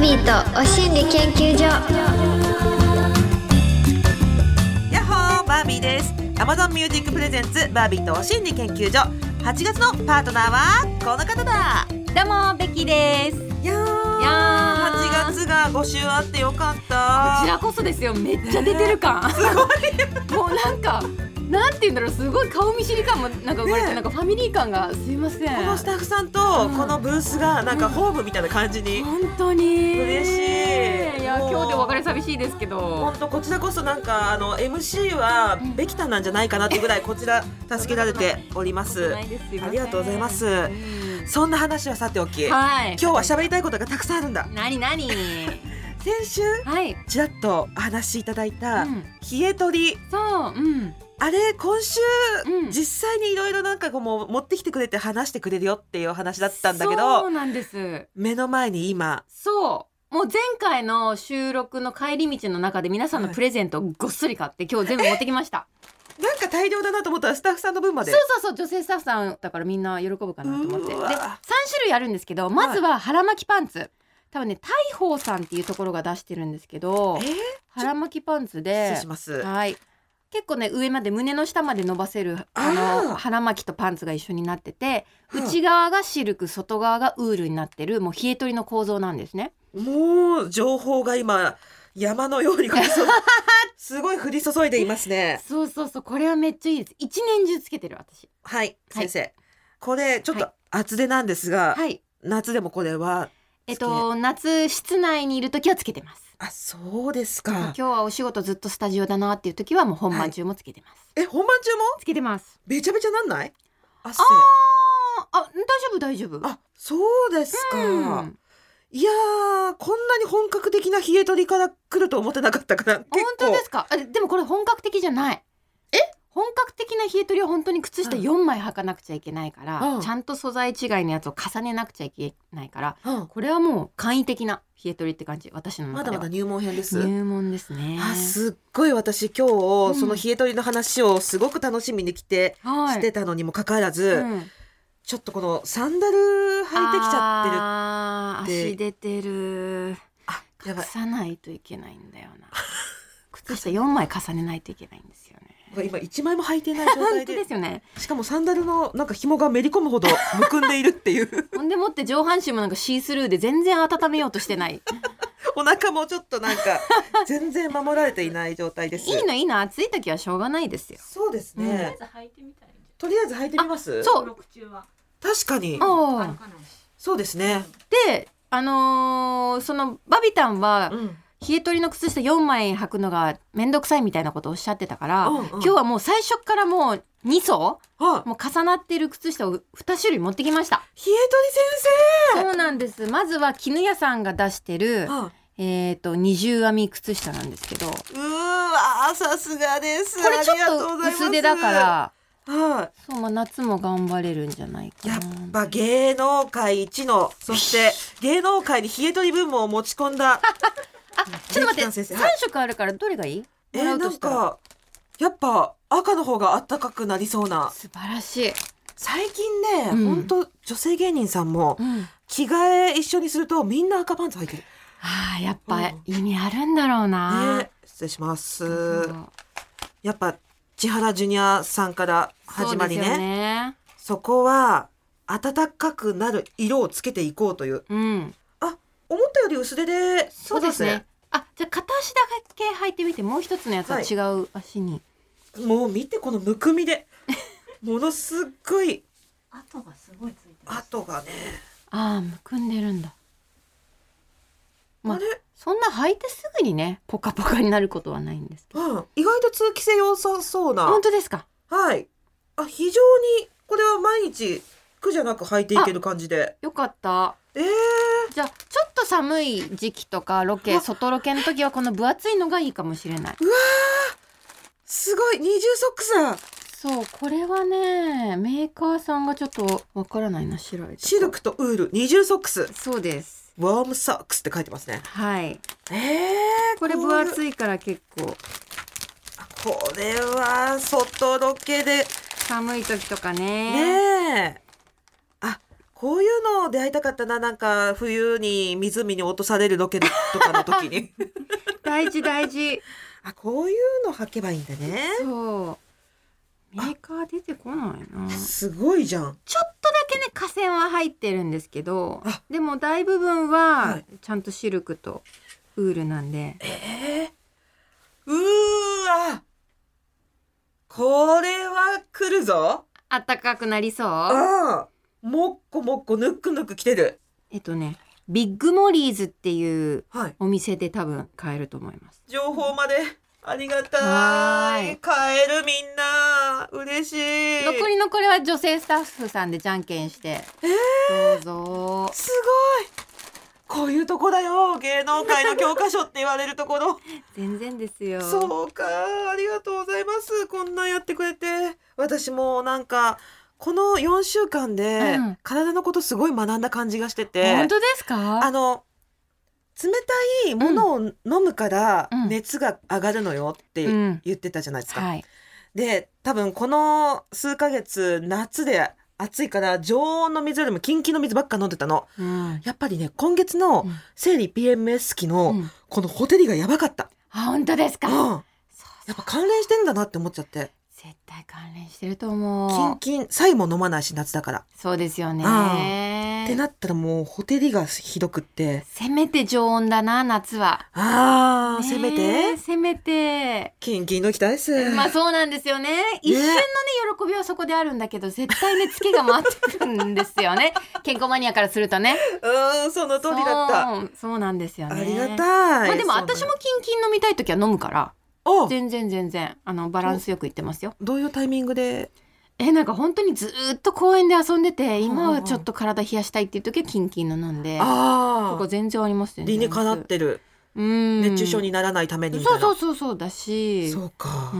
ビーとお心理研究所。 やっほー、バービーです。 Amazon Music プレゼンツバービーとお心理研究所、8月のパートナーはこの方だ。 どうもベッキーです。 いやー、8月が5週あってよかった。 こちらこそですよ。めっちゃ出てる感、 すごいもうなんて言うんだろう、すごい顔見知り感もなんか生まれて、なんかファミリー感が、すいません、 このスタッフさんとこのブースがなんかホームみたいな感じに、 本当に嬉しい。 いや、 もう今日でお別れ寂しいですけど、 本当こちらこそなんかMC はべきたんなんじゃないかなってぐらいこちら助けられております。 ないですよ。 ありがとうございます。そんな話はさておき、 はい、 今日は喋りたいことがたくさんあるんだ。 何先週はい、 ちらっとお話しいただいた冷え取り、 そう、 あれ今週、 うん実際にいろいろなんかこうもう持ってきてくれて話してくれるよっていうお話だったんだけど、 そうなんです。 目の前に今そうもう前回の収録の帰り道の中で皆さんのプレゼントをごっそり買って今日全部持ってきましたなんか大量だなと思ったらスタッフさんの分まで。 そう女性スタッフさんだからみんな喜ぶかなと思って。でうわ 3種類あるんですけど、まずは腹巻きパンツ、多分ね大宝さんっていうところが出してるんですけど、腹巻きパンツ失で礼します。 はい結構ね上まで胸の下まで伸ばせる腹巻きとパンツが一緒になってて、内側がシルク外側がウールになってる、もう冷え取りの構造なんですね。 もう情報が今山のようにすごい降り注いでいますね。 そうこれはめっちゃいいです。一年中つけてる私。 はい先生、これちょっと厚手なんですが、 はい夏でもこれは夏室内にいるときはつけてます。 あ、そうですか。 今日はお仕事ずっとスタジオだなっていう時はもう本番中もつけてます、 本番中もつけてます。 べちゃべちゃなんない汗。 大丈夫。 あ、そうですか、いやー、こんなに本格的な冷え取りから来ると思ってなかったから。 本当ですか。でもこれ本格的じゃない。本格的な冷え取りは本当に靴下4枚履かなくちゃいけないから、ちゃんと素材違いのやつを重ねなくちゃいけないから、これはもう簡易的な冷え取りって感じ、私の中では。 まだまだ入門編です。 入門ですね。 すっごい私今日、その冷え取りの話をすごく楽しみにしてたのにもかかわらず、ちょっとこのサンダル履いてきちゃってるって。 足出てる。 やばい、 隠さないといけないんだよな靴下4枚重ねないといけないんですよね。 今1枚も履いてない状態本当でですよね。 しかもサンダルのなんか紐がめり込むほどむくんでいるっていうほんでもって上半身もなんかシースルーで全然温めようとしてないお腹もちょっとなんか全然守られていない状態です。 いいの暑い時はしょうがないですよ。 そうですね、とりあえず履いてみます。 そう確かにそうですね。 でそのバビタンは、冷え取りの靴下4枚履くのがめんどくさいみたいなことをおっしゃってたから、今日はもう最初からもう2層、もう重なっている靴下を2種類持ってきました。 冷え取り先生。 そうなんです。まずは絹屋さんが出してる、二重編み靴下なんですけど、 うわー、さすがです。 これちょっと薄手だからそう、夏も頑張れるんじゃないかな。 やっぱ芸能界一の、そして芸能界に冷え取りブームを持ち込んだちょっと待って、3色あるからどれがいい？ なんかやっぱ赤の方があったかくなりそうな。 素晴らしい。 最近ね、ほんと女性芸人さんも着替え一緒にするとみんな赤パンツ履いてる。 やっぱ意味あるんだろうな、 失礼します。やっぱ千原ジュニアさんから始まり ね、そこは暖かくなる色をつけていこうという、思ったより薄手で。 そうですね。じゃあ片足だけ履いてみて、もう一つのやつは違う足に、 もう見てこのむくみでものすっごい跡がすごいついてる。 跡がね、 むくんでるんだ。 あれそんな履いてすぐにねポカポカになることはないんですけど、 意外と通気性良さそうな。 本当ですか？ はい。非常にこれは毎日苦じゃなく履いていける感じでよかった。じゃあちょっと寒い時期とか外ロケの時はこの分厚いのがいいかもしれない。 うわー、すごい二重ソックスだ。 そう、これはねメーカーさんがちょっとわからないな。シルクとウール二重ソックス。 そうです。 ワームソックスって書いてますね。 はい。これ分厚いから結構。 これは外ロケで寒い時とかね。 こういうの出会いたかったな。なんか冬に湖に落とされるロケとかの時に大事大事。 あ、こういうの履けばいいんだね。 そうメーカー出てこないな。 すごいじゃん。 ちょっとだけね化繊は入ってるんですけど、でも大部分はちゃんとシルクとウールなんで、 うーわ、これは来るぞ。 暖かくなりそう。 もっこもっこぬくぬく来てる。 ビッグモリーズっていうお店で多分買えると思います。 情報までありがたい。買える、みんな嬉しい。 残りのこれは女性スタッフさんでじゃんけんして、どうぞ。 すごい。こういうとこだよ、芸能界の教科書って言われるところ。 全然ですよ。 そうか、ありがとうございます。こんなんやってくれて。私もなんかこの4週間で体のことすごい学んだ感じがしてて。 本当ですか？ 冷たいものを飲むから熱が上がるのよって言ってたじゃないですか。で、多分この数ヶ月夏で暑いから常温の水よりもキンキンの水ばっか飲んでたの。やっぱりね、今月の生理 PMS 期のこのほてりがやばかった。 本当ですか？ やっぱ関連してんだなって思っちゃって。 絶対関連してると思う。キンキン、サイも飲まないし夏だから。 そうですよね。 ってなったらもうほてりがひどくって。 せめて常温だな、夏は。 せめてキンキンのきたいです。 まあそうなんですよね。一瞬のね喜びはそこであるんだけど、絶対ねツケが回ってくるんですよね。健康マニアからするとね。 その通りだった。 そうなんですよね。 ありがたい。 でも私もキンキン飲みたい時は飲むから。全然バランスよくいってますよ。 どういうタイミングで？ なんか本当にずっと公園で遊んでて、今はちょっと体冷やしたいっていう時はキンキンの飲んで、ここ全然ありますよね。 理にかなってる。熱中症にならないためにみたいな。 そうだし。 そうか。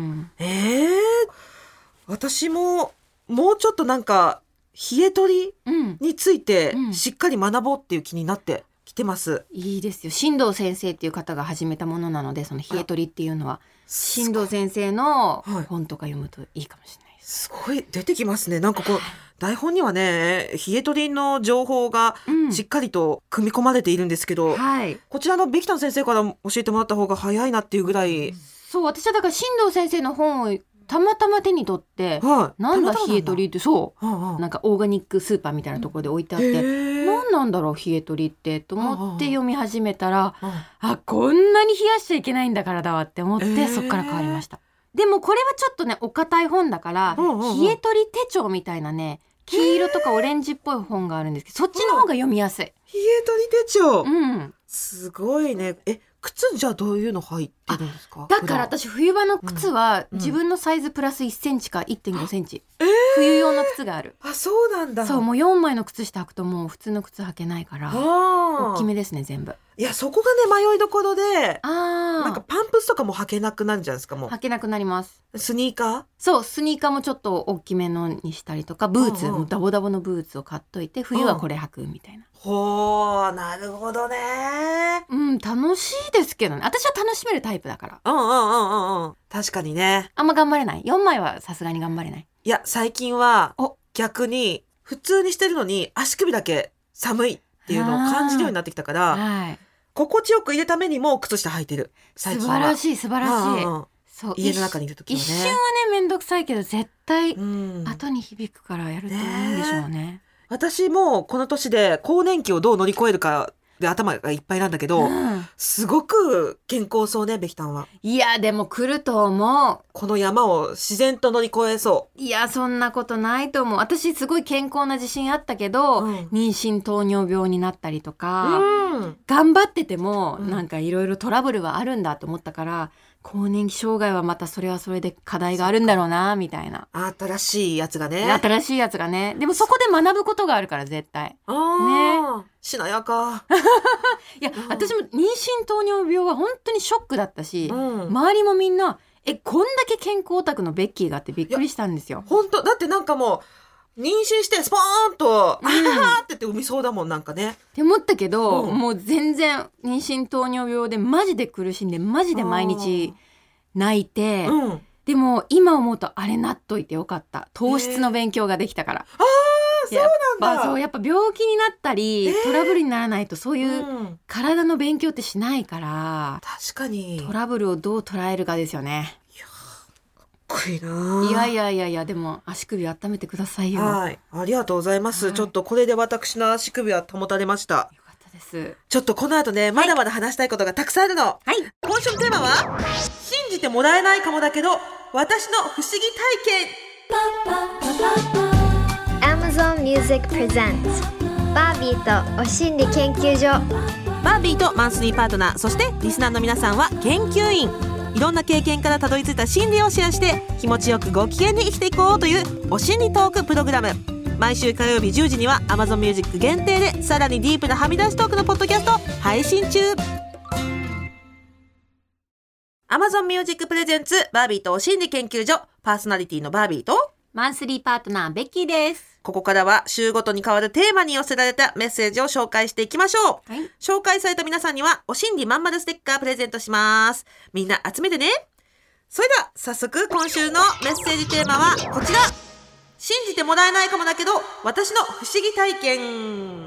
私ももうちょっとなんか冷え取りについてしっかり学ぼうっていう気になって来てます。 いいですよ。新藤先生っていう方が始めたものなので、その冷え取りっていうのは新藤先生の本とか読むといいかもしれないです。 すごい出てきますね。なんかこう台本にはね、冷え取りの情報がしっかりと組み込まれているんですけど、こちらのビキタン先生から教えてもらった方が早いなっていうぐらい。 そう、私はだから新藤先生の本をたまたま手に取って、なんだ冷え取りって、なんかオーガニックスーパーみたいなところで置いてあって、何なんだろう冷え取りってと思って読み始めたら、こんなに冷やしちゃいけないんだからだわって思って、そっから変わりました。でもこれはちょっとねお堅い本だから、冷え取り手帳みたいなね、黄色とかオレンジっぽい本があるんですけど、そっちの方が読みやすい。冷え取り手帳、すごいね。靴じゃどういうの入ってるんですか？ だから私冬場の靴は自分のサイズプラス1センチか 1.5 センチ、冬用の靴がある。 そうなんだ。 そう、もう4枚の靴下履くともう普通の靴履けないから大きめですね全部。 いや、そこがね迷いどころで、なんかパンプスとかも履けなくなるじゃないですか。もう履けなくなります。 スニーカー？ そう、スニーカーもちょっと大きめのにしたりとか、ブーツもうダボダボのブーツを買っといて、冬はこれ履くみたいな。 なるほどね。 楽しいですけどね。私は楽しめるタイプだから。 確かにね。 あんま頑張れない。4枚はさすがに頑張れない。 いや、最近は逆に普通にしてるのに足首だけ寒いっていうのを感じるようになってきたから、心地よくいるためにも靴下履いてる最近は。 素晴らしい。そう、 家の中にいる時はね。 一瞬はねめんどくさいけど絶対後に響くからやるといいんでしょうね。 私もこの年で更年期をどう乗り越えるかで頭がいっぱいなんだけど、すごく健康そうね、ベキタンは。 いやでも来ると思う。 この山を自然と乗り越えそう。 いやそんなことないと思う。私すごい健康な自信あったけど、妊娠糖尿病になったりとか、頑張っててもなんかいろいろトラブルはあるんだと思ったから、更年期障害はまたそれはそれで課題があるんだろうなみたいな。 新しいやつがね。 でもそこで学ぶことがあるから絶対ね。 しなやか。 いや、私も妊娠糖尿病は本当にショックだったし、周りもみんなこんだけ健康オタクのベッキーがあってびっくりしたんですよ。 本当だってなんかもう妊娠してスポーンとって言って産みそうだもんなんかね。 って思ったけど、もう全然妊娠糖尿病でマジで苦しんでマジで毎日泣いて、でも今思うとあれなっといてよかった。糖質の勉強ができたから。 そうなんだ。 やっぱ病気になったり、トラブルにならないとそういう体の勉強ってしないから、 確かにトラブルをどう捉えるかですよね。 かっこいいな。 いやでも足首温めてくださいよ。 はい、ありがとうございます、 はい、 ちょっとこれで私の足首は保たれました。 よかったです。 ちょっとこの後ね、まだまだ話したいことがたくさんあるの。 はい、 今週のテーマは信じてもらえないかもだけど私の不思議体験。 Amazon Music Presents バービーとお心理研究所。 バービーとマンスリーパートナー、そしてリスナーの皆さんは研究員。いろんな経験からたどり着いた心理をシェアして気持ちよくご機嫌に生きていこうというお心理トークプログラム。毎週火曜日10時には Amazon Music 限定でさらにディープなはみ出しトークのポッドキャスト配信中。 Amazon Music プレゼンツバービーとお心理研究所、パーソナリティのバービーとマンスリーパートナーベッキーです。 ここからは週ごとに変わるテーマに寄せられたメッセージを紹介していきましょう、 はい、 紹介された皆さんにはお心理まんまるステッカープレゼントします。みんな集めてね。それでは早速今週のメッセージテーマはこちら。信じてもらえないかもだけど私の不思議体験。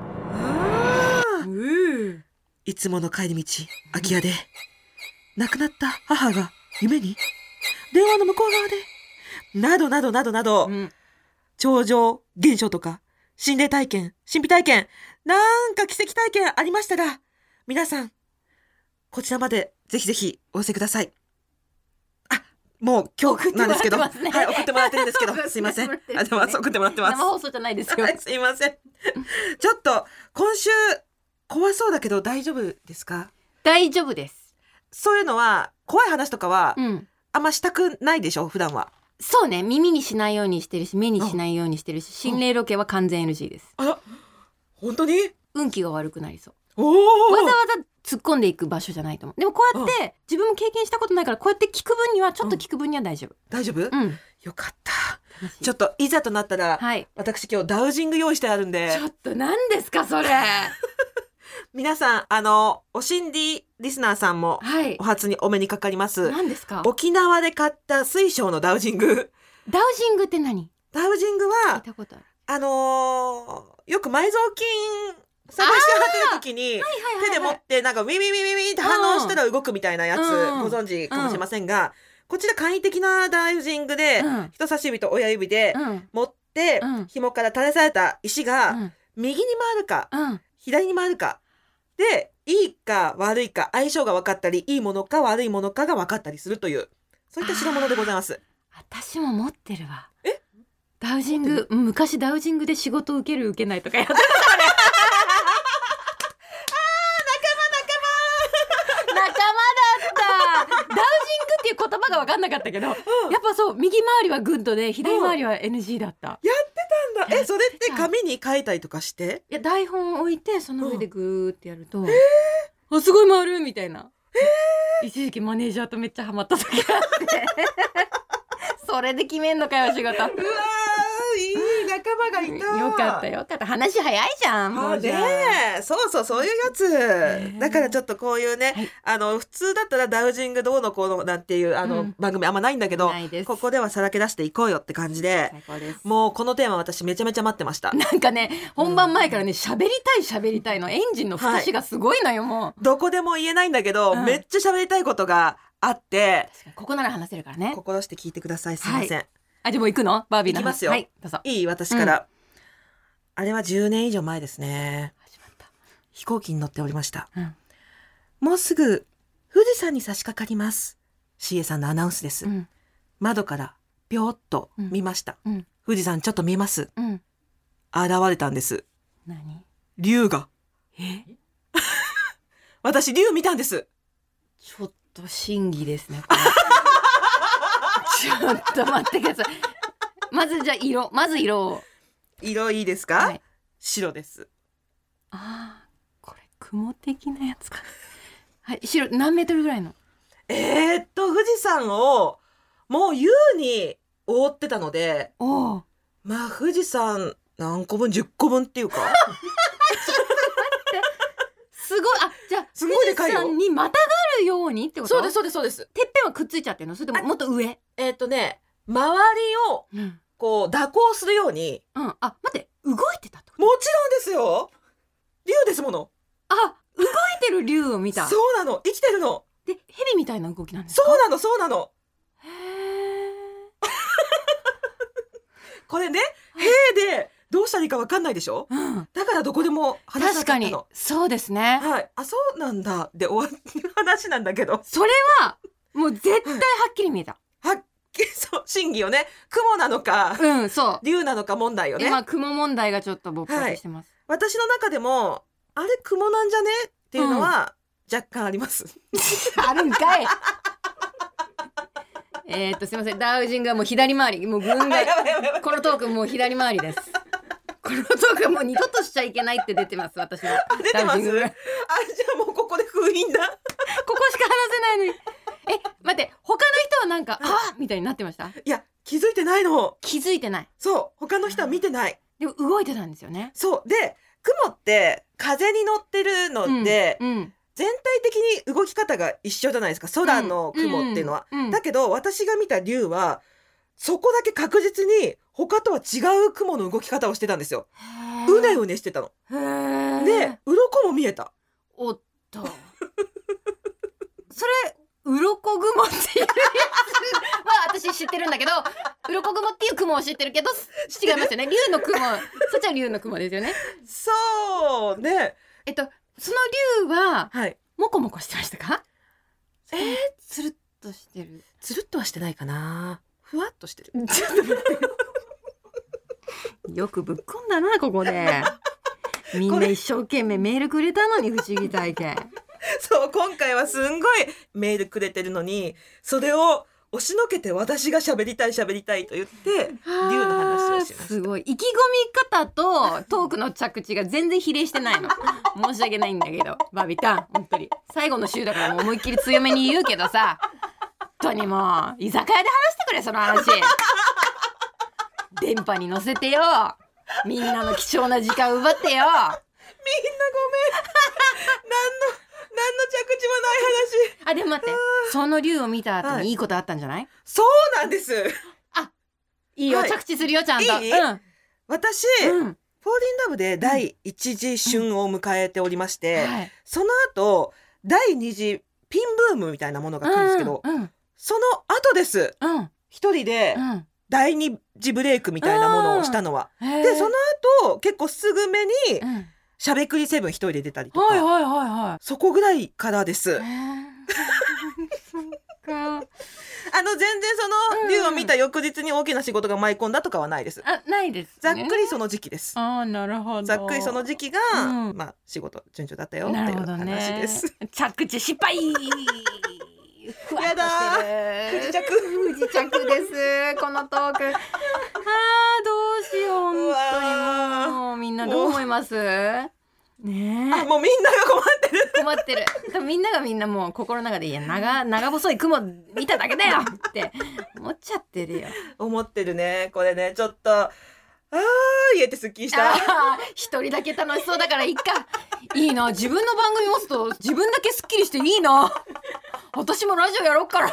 いつもの帰り道空き家で亡くなった母が夢に電話の向こう側でなどなどなどなど、超常現象とか心霊体験、神秘体験、なんか奇跡体験ありましたら皆さんこちらまでぜひぜひお寄せください。もう今日なんですけど、はい、送ってもらってるんですけどすいません、送ってもらってます。 生放送じゃないですよ、 はい、すいませんちょっと今週怖そうだけど大丈夫ですか？ 大丈夫です。 そういうのは怖い話とかは、あんましたくないでしょ普段は。 そうね、耳にしないようにしてるし目にしないようにしてるし、心霊ロケは完全 NG です。 あら本当に運気が悪くなりそう。 わざわざ突っ込んでいく場所じゃないと思う。でもこうやって自分も経験したことないから、こうやって聞く分にはちょっと聞く分には大丈夫、 大丈夫、よかった。ちょっっといざとなったら、 はい、 私今日ダウジング用意してあるんで。 ちょっと何ですかそれ皆さんお心理リスナーさんもお初にお目にかかります、 何ですか？ 沖縄で買った水晶のダウジング。 ダウジングって何？ ダウジングは聞いたことある。 よく埋蔵金探して貼ってる時に手で持ってなんかウィウィウィウィって反応したら動くみたいなやつ、ご存知かもしれませんが、こちら簡易的なダイジングで、人差し指と親指で持って、紐から垂れされた石が右に回るか、左に回るかでいいか悪いか相性が分かったり、いいものか悪いものかが分かったりするという、そういった代物でございます。 私も持ってるわ。ダウジング、昔ダウジングで仕事受ける受けないとかやってたっていう言葉が分かんなかったけど、やっぱそう、右回りはグッドで左回りは NG だった、 やってたんだ。それって紙に書いたりとかして？ いや、台本を置いてその上でグーってやると、あ、すごい回るみたいな、一時期マネージャーとめっちゃハマった時があってそれで決めんのかよ仕事。うわいい仲間がいた。 よかったよかった。話早いじゃん。もうじゃね、そういうやつ、だからちょっとこういうね、普通だったらダウジングどうのこうのなんていう番組あんまないんだけど、ここではさらけ出していこうよって感じで、もうこのテーマ私めちゃめちゃ待ってました。 なんかね、本番前からね、喋りたいのエンジンのふかしがすごいのよ。もうどこでも言えないんだけど、めっちゃ喋りたいことがあって、 ここなら話せるからね。 心して聞いてください。すいません。 でも行くの？バービーの話。 行きますよ。はい、どうぞ。いい？私から、あれは10年以上前ですね。 始まった。 飛行機に乗っておりました、もうすぐ富士山に差し掛かります。 CA さんのアナウンスです、窓からぴょーっと見ました、富士山ちょっと見えます、現れたんです。 何？ 竜が。私竜見たんです。 ちょっと審議ですねちょっと待ってください。まずじゃあ色いいですか？白です。 これ雲的なやつか白。何メートルぐらいの？ 富士山をもう優に覆ってたので、まあ富士山何個分10個分っていうかちょっと待ってすごい。じゃあすごいでかいよ。 富士山にまたがるようにってこと？ そうです。 てっぺんはくっついちゃってるの？それとももっと上？ 周りをこう蛇行するように、 うん、あ、待って、動いてたってこと？ もちろんですよ。竜ですもの。 あ、動いてる竜を見た。 そうなの、生きてるの。 で、蛇みたいな動きなんですか？ そうなの、そうなの。 へーこれね、へーでどうしたらいいか分かんないでしょ、うん、だからどこでも話しなかったの。 確かにそうですね。 はい、あ、そうなんだで終わる話なんだけど、 それはもう絶対はっきり見えた。 はっきり、そう真偽よね。雲なのか、うん、そう竜なのか問題よね。 今雲問題がちょっと勃発してます、 はい、私の中でもあれ雲なんじゃねっていうのは若干あります、 あるんかい。すいません、ダウジングはもう左回り、もうぐんがこのトークもう左回りです。このトークはもう二度としちゃいけないって出てます、私は。 出てます。あ、じゃあもうここで封印だ。 ここしか話せないのに。待って、他の人はなんかあみたいになってました？ いや、気づいてないの。 気づいてない。 そう、他の人は見てない。 でも動いてたんですよね。 そうで、雲って風に乗ってるので、うんうん、全体的に動き方が一緒じゃないですか、空の雲っていうのは、うんうんうん、だけど私が見た竜はそこだけ確実に他とは違う雲の動き方をしてたんですよ。うねうねしてたの。で、鱗も見えた。 おっとそれ鱗雲っていうやつは私知ってるんだけど、鱗雲っていう雲を知ってるけど違いますよね。竜の雲、そっちは竜の雲ですよね。 そうね。 その竜は、はい、もこもこしてましたか？つるっとしてる。 つるっとはしてないかな。ふわっとしてる。 ちょっと待ってよくぶっこんだなここで。みんな一生懸命メールくれたのに、不思議体験。 そう、今回はすんごいメールくれてるのに、それを押しのけて私が喋りたいと言って竜の話をしました。 すごい意気込み方とトークの着地が全然比例してないの。申し訳ないんだけど、バビタン、本当に最後の週だからもう思いっきり強めに言うけどさ、本当にもう居酒屋で話してくれ、その話。電波に乗せてよ、みんなの貴重な時間奪ってよ。みんなごめん。何の着地もない話。あ、でも待って、その竜を見た後にいいことあったんじゃない？ そうなんです。 あ、いいよ、はい、着地するよちゃんと。 いい？うん、私、フォーリンラブで第一次旬を迎えておりまして、はい、その後第二次ピンブームみたいなものが来るんですけど、その後です。一人で第二次ブレイクみたいなものをしたのは。で、その後結構すぐめに、しゃべくり7一人で出たりとか、そこぐらいからです。全然その竜を見た翌日に大きな仕事が舞い込んだとかはないです。 あ、ないです、ね、 ざっくりその時期です。 あ、なるほど。 ざっくりその時期が、まあ仕事順調だったよっていう話です。 着地失敗。 やだー、不時着ですこのトーク。どうしよう、本当にもうみんなどう思います？ねえ、 もうみんなが困ってる多分みんながみんなもう心の中で、いや、長細い雲見ただけだよって思っちゃってるよ。 思ってるね。これね、ちょっと言えてすっきりした。 一人だけ楽しそうだからいいか。いいな、自分の番組持つと自分だけすっきりしていいな。私もラジオやろうから。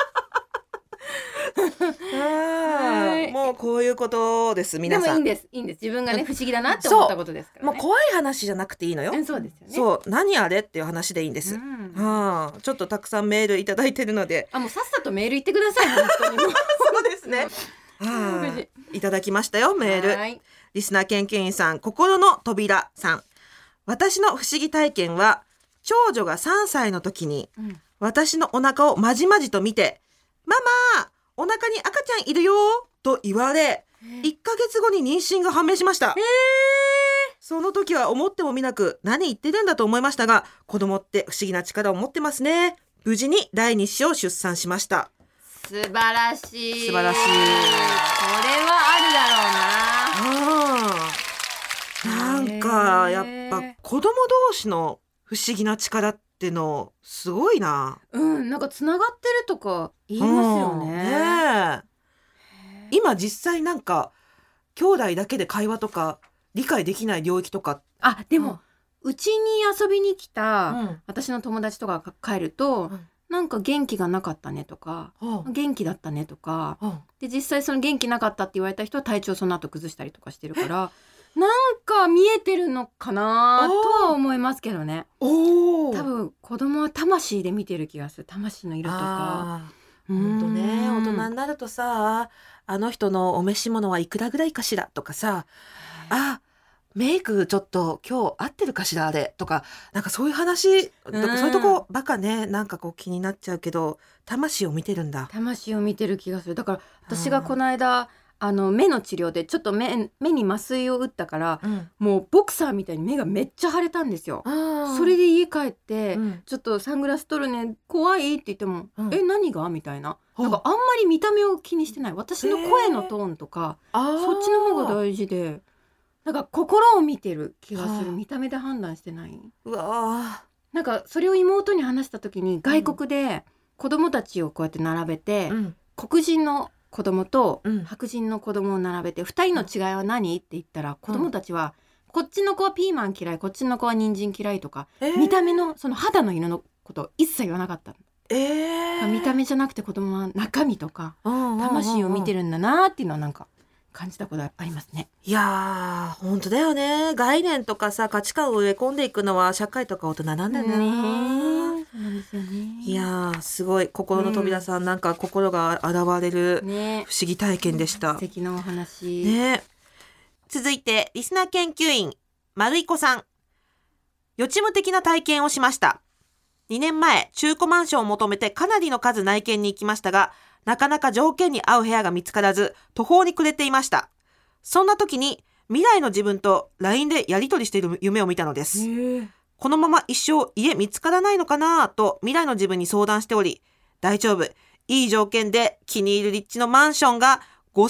もうこういうことです、皆さん。 でもいいんです。自分がね、不思議だなって思ったことですからね。 もう怖い話じゃなくていいのよ。 そうですよね。 そう、何あれっていう話でいいんです。ちょっとたくさんメールいただいてるので、 もうさっさとメール言ってください。本当に。 そうですね。いただきましたよ、メール。リスナー研究員さん、心の扉さん。私の不思議体験は、長女が3歳の時に、私のお腹をまじまじと見て、ママ、お腹に赤ちゃんいるよと言われ、1ヶ月後に妊娠が判明しました。その時は思ってもみなく、何言ってるんだと思いましたが、子供って不思議な力を持ってますね。無事に第2子を出産しました。 素晴らしい。 素晴らしい。これはあるだろうな。なんかやっぱ子供同士の不思議な力ってのすごいな。 なんかつながってるとか言いますよね。 今実際なんか兄弟だけで会話とか理解できない領域とか。 でも、うちに遊びに来た、私の友達とかが帰ると、 なんか元気がなかったねとか、元気だったねとか、で実際その元気なかったって言われた人は体調その後崩したりとかしてるからなんか見えてるのかなとは思いますけどね。多分子供は魂で見てる気がする。魂の色とか。 本当ね、大人になるとさ、あの人のお召し物はいくらぐらいかしらとかさ、メイクちょっと今日合ってるかしらあれとか、なんかそういう話、そういうとこばかね、なんかこう気になっちゃうけど、魂を見てるんだ。 魂を見てる気がする。だから私がこの間目の治療でちょっと目に麻酔を打ったから、もうボクサーみたいに目がめっちゃ腫れたんですよ。それで家帰って、ちょっとサングラス取るね怖いって言っても、何がみたいな。なんかあんまり見た目を気にしてない。私の声のトーンとか、そっちの方が大事で、なんか心を見てる気がする。見た目で判断してない。 うわ、 なんかそれを妹に話した時に、外国で子供たちをこうやって並べて、黒人の子供と白人の子供を並べて、2人の違いは何って言ったら、子供たちはこっちの子はピーマン嫌い、こっちの子は人参嫌いとか、見た目のその肌の色のこと一切言わなかった。見た目じゃなくて子供は中身とか魂を見てるんだなっていうのはなんか感じたことありますね。 いやー本当だよね。概念とかさ、価値観を植え込んでいくのは社会とか大人なんだよね。 そうなんですよね。 いやーすごい心の扉さん、なんか心が洗われる不思議体験でした。 素敵なお話ね。続いてリスナー研究員丸い子さん。予知夢的な体験をしました。2年前中古マンションを求めてかなりの数内見に行きましたが、なかなか条件に合う部屋が見つからず途方に暮れていました。そんな時に未来の自分と LINE でやり取りしている夢を見たのです。このまま一生家見つからないのかなと未来の自分に相談しており、大丈夫、いい条件で気に入る立地のマンションが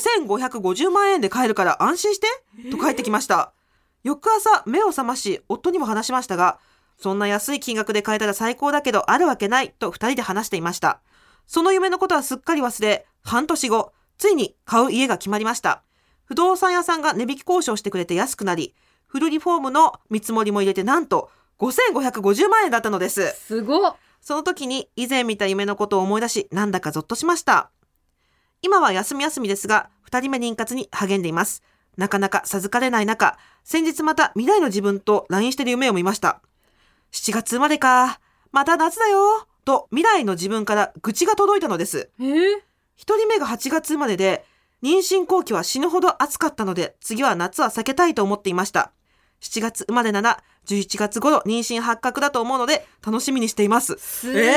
5550万円で買えるから安心してと返ってきました。翌朝目を覚まし夫にも話しましたが、そんな安い金額で買えたら最高だけどあるわけないと2人で話していました。その夢のことはすっかり忘れ、半年後ついに買う家が決まりました。不動産屋さんが値引き交渉してくれて安くなり、フルリフォームの見積もりも入れてなんと5550万円だったのです。 すごっ。 その時に以前見た夢のことを思い出し、なんだかゾッとしました。今は休みですが2人目妊活に励んでいます。なかなか授かれない中、先日また未来の自分と LINE している夢を見ました。7月生まれか、また夏だよと未来の自分から愚痴が届いたのです。1人目が8月生まれで、妊娠後期は死ぬほど暑かったので次は夏は避けたいと思っていました。7月生まれなら11月頃妊娠発覚だと思うので楽しみにしています。 すごい、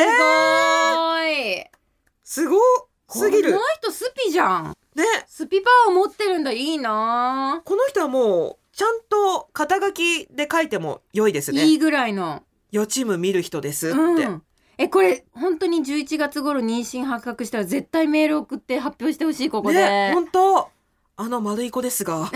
すごすぎる。 この人スピじゃんね。 スピパワー持ってるんだ。いいな。 この人はもうちゃんと肩書きで書いても良いですね。 いいぐらいの予知夢見る人ですって、 これ本当に11月頃妊娠発覚したら絶対メール送って発表してほしい。ここでね、本当丸い子ですが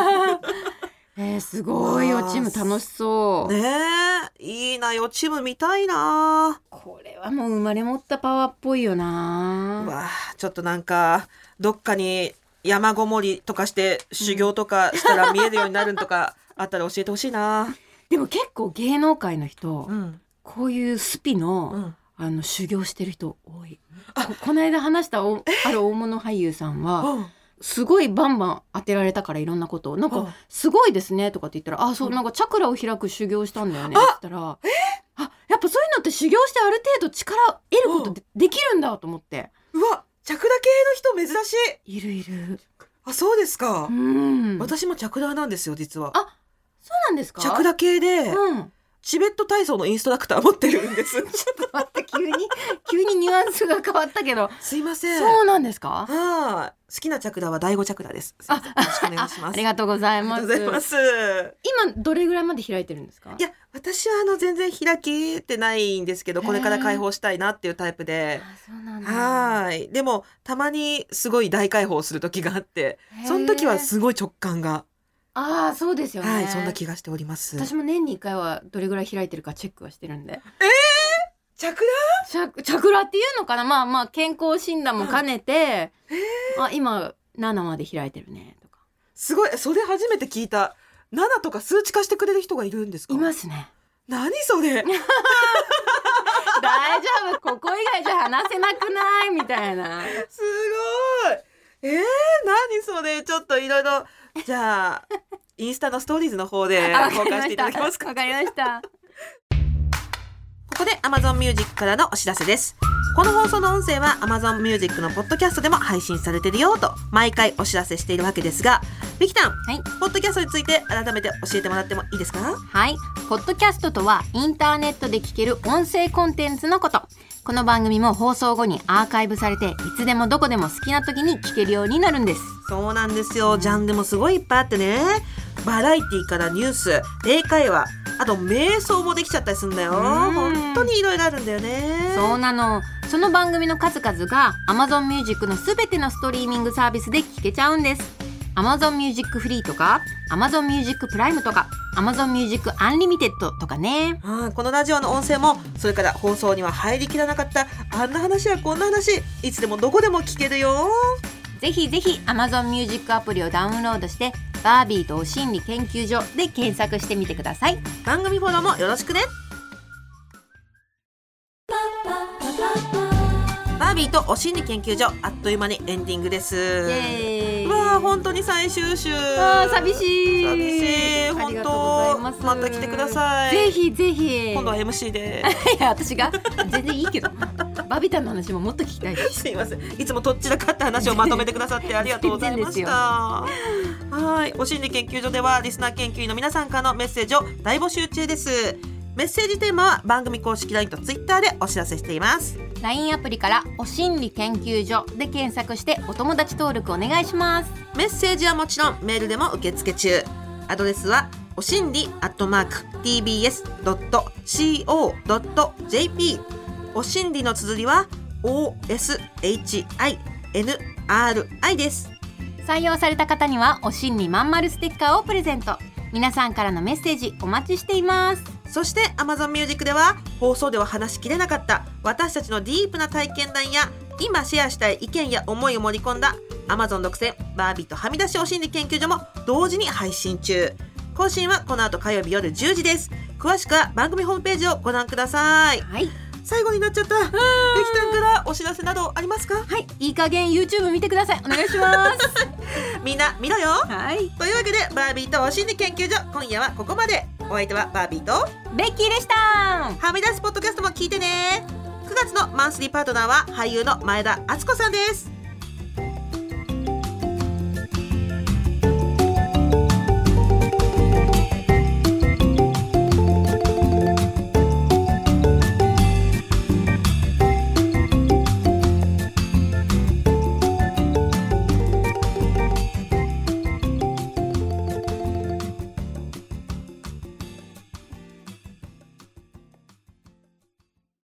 すごい予知夢楽しそうね。いいな、予知夢見たいな。 これはもう生まれ持ったパワーっぽいよな。 わあ、ちょっとなんかどっかに山ごもりとかして修行とかしたら見えるようになるんとかあったら教えてほしいな。 でも結構芸能界の人、こういうスピの、修行してる人多い。この間話したある大物俳優さんは、すごいバンバン当てられたからいろんなことをなんかすごいですねとかって言ったら、そうなんかチャクラを開く修行したんだよねって言ったら、やっぱそういうのって修行してある程度力得ることできるんだと思って。 うわ、チャクラ系の人珍しい。 いる。 あ、そうですか。私もチャクラなんですよ実は。 そうなんですか。 チャクラ系で、チベット体操のインストラクター持ってるんです。ちょっと待って、急にニュアンスが変わったけど。 すいません。 そうなんですか。 好きなチャクラは第5チャクラです。よろしくお願いします。 ありがとうございます。今どれぐらいまで開いてるんですか。 いや、私は全然開けてないんですけど、これから開放したいなっていうタイプで。 そうなんだ。 でもたまにすごい大開放する時があって、その時はすごい直感が。 そうですよね。 そんな気がしております。 私も年に1回はどれぐらい開いてるかチェックはしてるんで。 チャクラっていうのかな。まあ健康診断も兼ねて、今7まで開いてるねとか。 すごい、それ初めて聞いた。7とか数値化してくれる人がいるんですか。 いますね。 何それ。 大丈夫、ここい以外じゃ話せなくないみたいな。 すごい。何それ、ちょっといろいろ、じゃあインスタのストーリーズの方で公開していただけますか。 わかりました。 ここで Amazon Music からのお知らせです。この放送の音声は Amazon Music のポッドキャストでも配信されてるよと毎回お知らせしているわけですが、ビキタン、はい、ポッドキャストについて改めて教えてもらってもいいですか？ はい、ポッドキャストとはインターネットで聞ける音声コンテンツのこと。この番組も放送後にアーカイブされていつでもどこでも好きな時に聞けるようになるんです。 そうなんですよ。ジャンルもすごいいっぱいあってね、バラエティからニュース、英会話、あと瞑想もできちゃったりするんだよ。本当にいろいろあるんだよね。 そうなの。その番組の数々が Amazon Music のすべてのストリーミングサービスで聞けちゃうんです。 Amazon Music Free とか Amazon Music Prime とか Amazon Music Unlimited とかね。 このラジオの音声も、それから放送には入りきらなかったあんな話やこんな話、いつでもどこでも聞けるよ。 ぜひぜひ Amazon Music アプリをダウンロードしてバービーとお心理研究所で検索してみてください。 番組フォローもよろしくね。バービーとお心理研究所、あっという間にエンディングです。わあ、本当に最終週。 寂しい。 本当、また来てください。 ぜひぜひ。 今度は MC で。 いや、私が全然いいけどバビタンの話ももっと聞きたいです。 すいません、いつもとっちらかった話をまとめてくださってありがとうございました。はい、お心理研究所ではリスナー研究員の皆さんからのメッセージを大募集中です。メッセージテーマは番組公式 LINE と Twitter でお知らせしています。 LINE アプリからお心理研究所で検索してお友達登録お願いします。 メッセージはもちろんメールでも受付中。アドレスはおしんり@tbs.co.jp。 おしんりの綴りは OSHINRI です。 採用された方にはお心理まんまるステッカーをプレゼント。皆さんからのメッセージお待ちしています。 そして Amazon Music では放送では話しきれなかった私たちのディープな体験談や今シェアしたい意見や思いを盛り込んだ Amazon 独占バービーとはみ出しお心理研究所も同時に配信中。更新はこの後火曜日夜10時です。詳しくは番組ホームページをご覧ください。 はい、 最後になっちゃった。ゆきたんからお知らせなどありますか？ はい、いい加減 YouTube 見てください。お願いしますみんな見ろよ。 はい、 というわけでバービーとお心理研究所、今夜はここまで。お相手はバービーとベッキーでした。 はみ出すポッドキャストも聞いてね。9月のマンスリーパートナーは俳優の前田敦子さんです。